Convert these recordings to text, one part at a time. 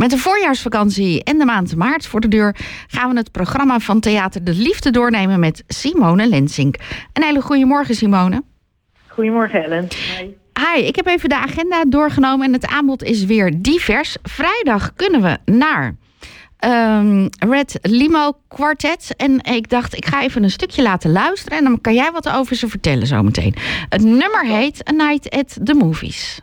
Met de voorjaarsvakantie en de maand maart voor de deur gaan we het programma van Theater de Liefde doornemen met Simone Lensink. Een hele goede morgen, Simone. Goedemorgen, Ellen. Hi, ik heb even de agenda doorgenomen en het aanbod is weer divers. Vrijdag kunnen we naar Red Limo Quartet. En ik dacht, ik ga even een stukje laten luisteren en dan kan jij wat over ze vertellen zometeen. Het nummer heet A Night at the Movies.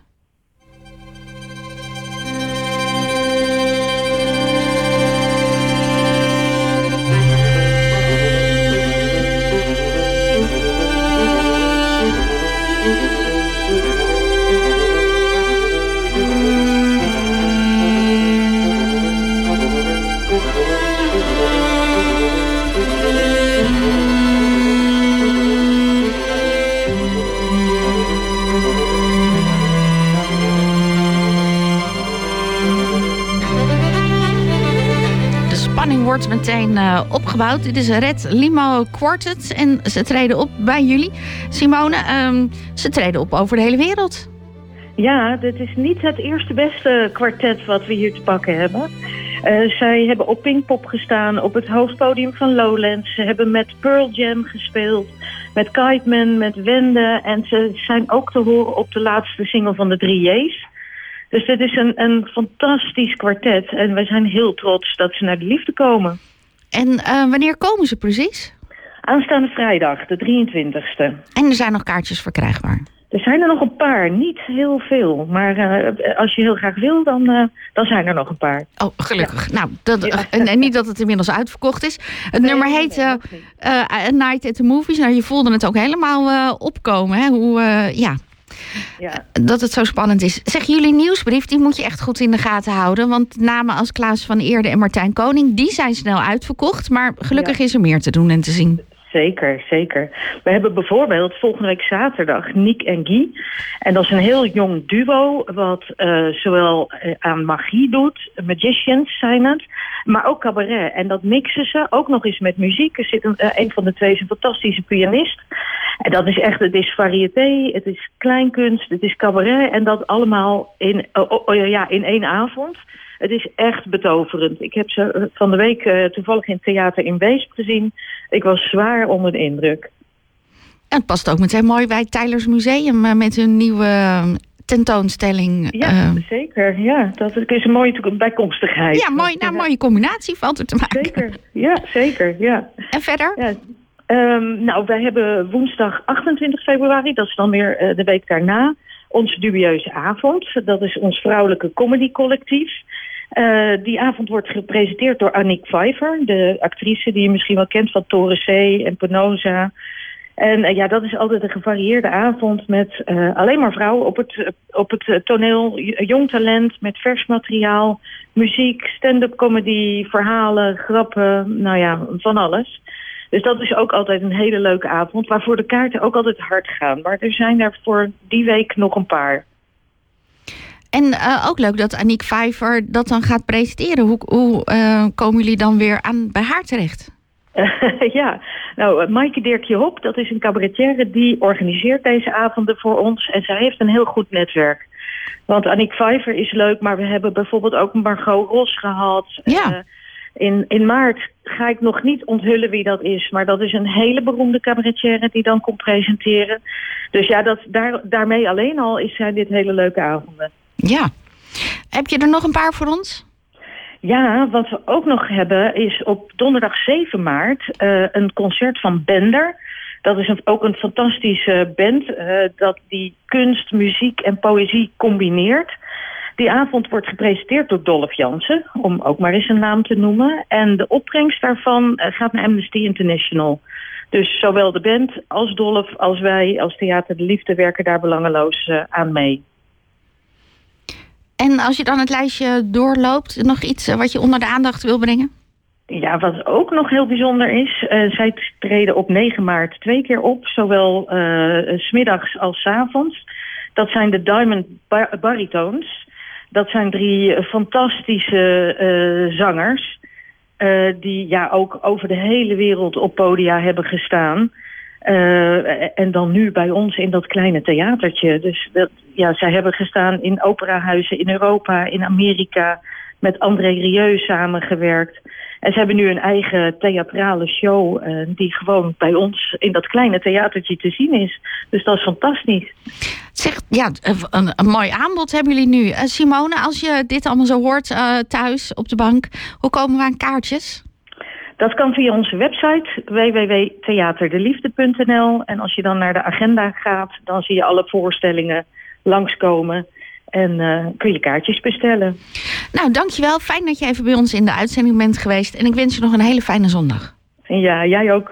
Wordt meteen opgebouwd. Dit is Red Limo Quartet en ze treden op bij jullie. Simone, ze treden op over de hele wereld. Ja, dit is niet het eerste beste kwartet wat we hier te pakken hebben. Zij hebben op Pinkpop gestaan, op het hoofdpodium van Lowlands. Ze hebben met Pearl Jam gespeeld, met Kiteman, met Wende. En ze zijn ook te horen op de laatste single van de 3J's. Dus dit is een fantastisch kwartet. En wij zijn heel trots dat ze naar de liefde komen. En wanneer komen ze precies? Aanstaande vrijdag, de 23e. En er zijn nog kaartjes verkrijgbaar? Er zijn er nog een paar, niet heel veel. Maar als je heel graag wil, dan zijn er nog een paar. Oh, gelukkig. Ja. Nou, en niet dat het inmiddels uitverkocht is. Het nummer heet A Night at the Movies. Nou, je voelde het ook helemaal opkomen, hè? Dat het zo spannend is. Zeg, jullie nieuwsbrief, die moet je echt goed in de gaten houden. Want namen als Klaas van Eerde en Martijn Koning, die zijn snel uitverkocht. Maar gelukkig is er meer te doen en te zien. Zeker, zeker. We hebben bijvoorbeeld volgende week zaterdag Nick en Guy. En dat is een heel jong duo wat zowel aan magie doet, magicians zijn het, maar ook cabaret. En dat mixen ze ook nog eens met muziek. Er zit een van de twee is een fantastische pianist. En dat is echt, het is variété, het is kleinkunst, het is cabaret. En dat allemaal in één avond. Het is echt betoverend. Ik heb ze van de week toevallig in het theater in Weesp gezien. Ik was zwaar onder de indruk. En het past ook meteen mooi bij het Teylers Museum met hun nieuwe tentoonstelling. Ja, zeker. Ja, dat is een mooie bijkomstigheid. Ja, mooie combinatie valt er te maken. Zeker, ja, zeker. Ja. En verder? Ja. Wij hebben woensdag 28 februari, dat is dan weer de week daarna, onze dubieuze avond. Dat is ons vrouwelijke comedycollectief. Die avond wordt gepresenteerd door Aniek Pfeiffer, de actrice die je misschien wel kent van Toren C en Penosa. En dat is altijd een gevarieerde avond met alleen maar vrouwen op het toneel, jong talent met vers materiaal, muziek, stand-up comedy, verhalen, grappen, van alles. Dus dat is ook altijd een hele leuke avond, waarvoor de kaarten ook altijd hard gaan. Maar er zijn er voor die week nog een paar. En ook leuk dat Aniek Pfeiffer dat dan gaat presenteren. Hoe komen jullie dan weer bij haar terecht? Maaike Dirkje Hop, dat is een cabaretière die organiseert deze avonden voor ons. En zij heeft een heel goed netwerk. Want Aniek Pfeiffer is leuk, maar we hebben bijvoorbeeld ook Margot Ros gehad. Ja. In maart ga ik nog niet onthullen wie dat is. Maar dat is een hele beroemde cabaretière die dan komt presenteren. Dus daarmee alleen al zijn dit hele leuke avonden. Ja. Heb je er nog een paar voor ons? Ja, wat we ook nog hebben is op donderdag 7 maart een concert van Bender. Dat is ook een fantastische band dat die kunst, muziek en poëzie combineert. Die avond wordt gepresenteerd door Dolph Jansen, om ook maar eens een naam te noemen. En de opbrengst daarvan gaat naar Amnesty International. Dus zowel de band als Dolph als wij als Theater de Liefde werken daar belangeloos aan mee. En als je dan het lijstje doorloopt, nog iets wat je onder de aandacht wil brengen? Ja, wat ook nog heel bijzonder is, zij treden op 9 maart 2 keer op, zowel 's middags als 's avonds. Dat zijn de Diamond Baritones. Dat zijn 3 fantastische zangers die ook over de hele wereld op podia hebben gestaan. En dan nu bij ons in dat kleine theatertje. Dus zij hebben gestaan in operahuizen in Europa, in Amerika, met André Rieu samengewerkt. En ze hebben nu een eigen theatrale show die gewoon bij ons in dat kleine theatertje te zien is. Dus dat is fantastisch. Zeg, ja, een mooi aanbod hebben jullie nu. Simone, als je dit allemaal zo hoort thuis op de bank, hoe komen we aan kaartjes? Dat kan via onze website www.theaterdeliefde.nl. En als je dan naar de agenda gaat, dan zie je alle voorstellingen langskomen. En kun je kaartjes bestellen. Nou, dankjewel. Fijn dat je even bij ons in de uitzending bent geweest. En ik wens je nog een hele fijne zondag. Ja, jij ook.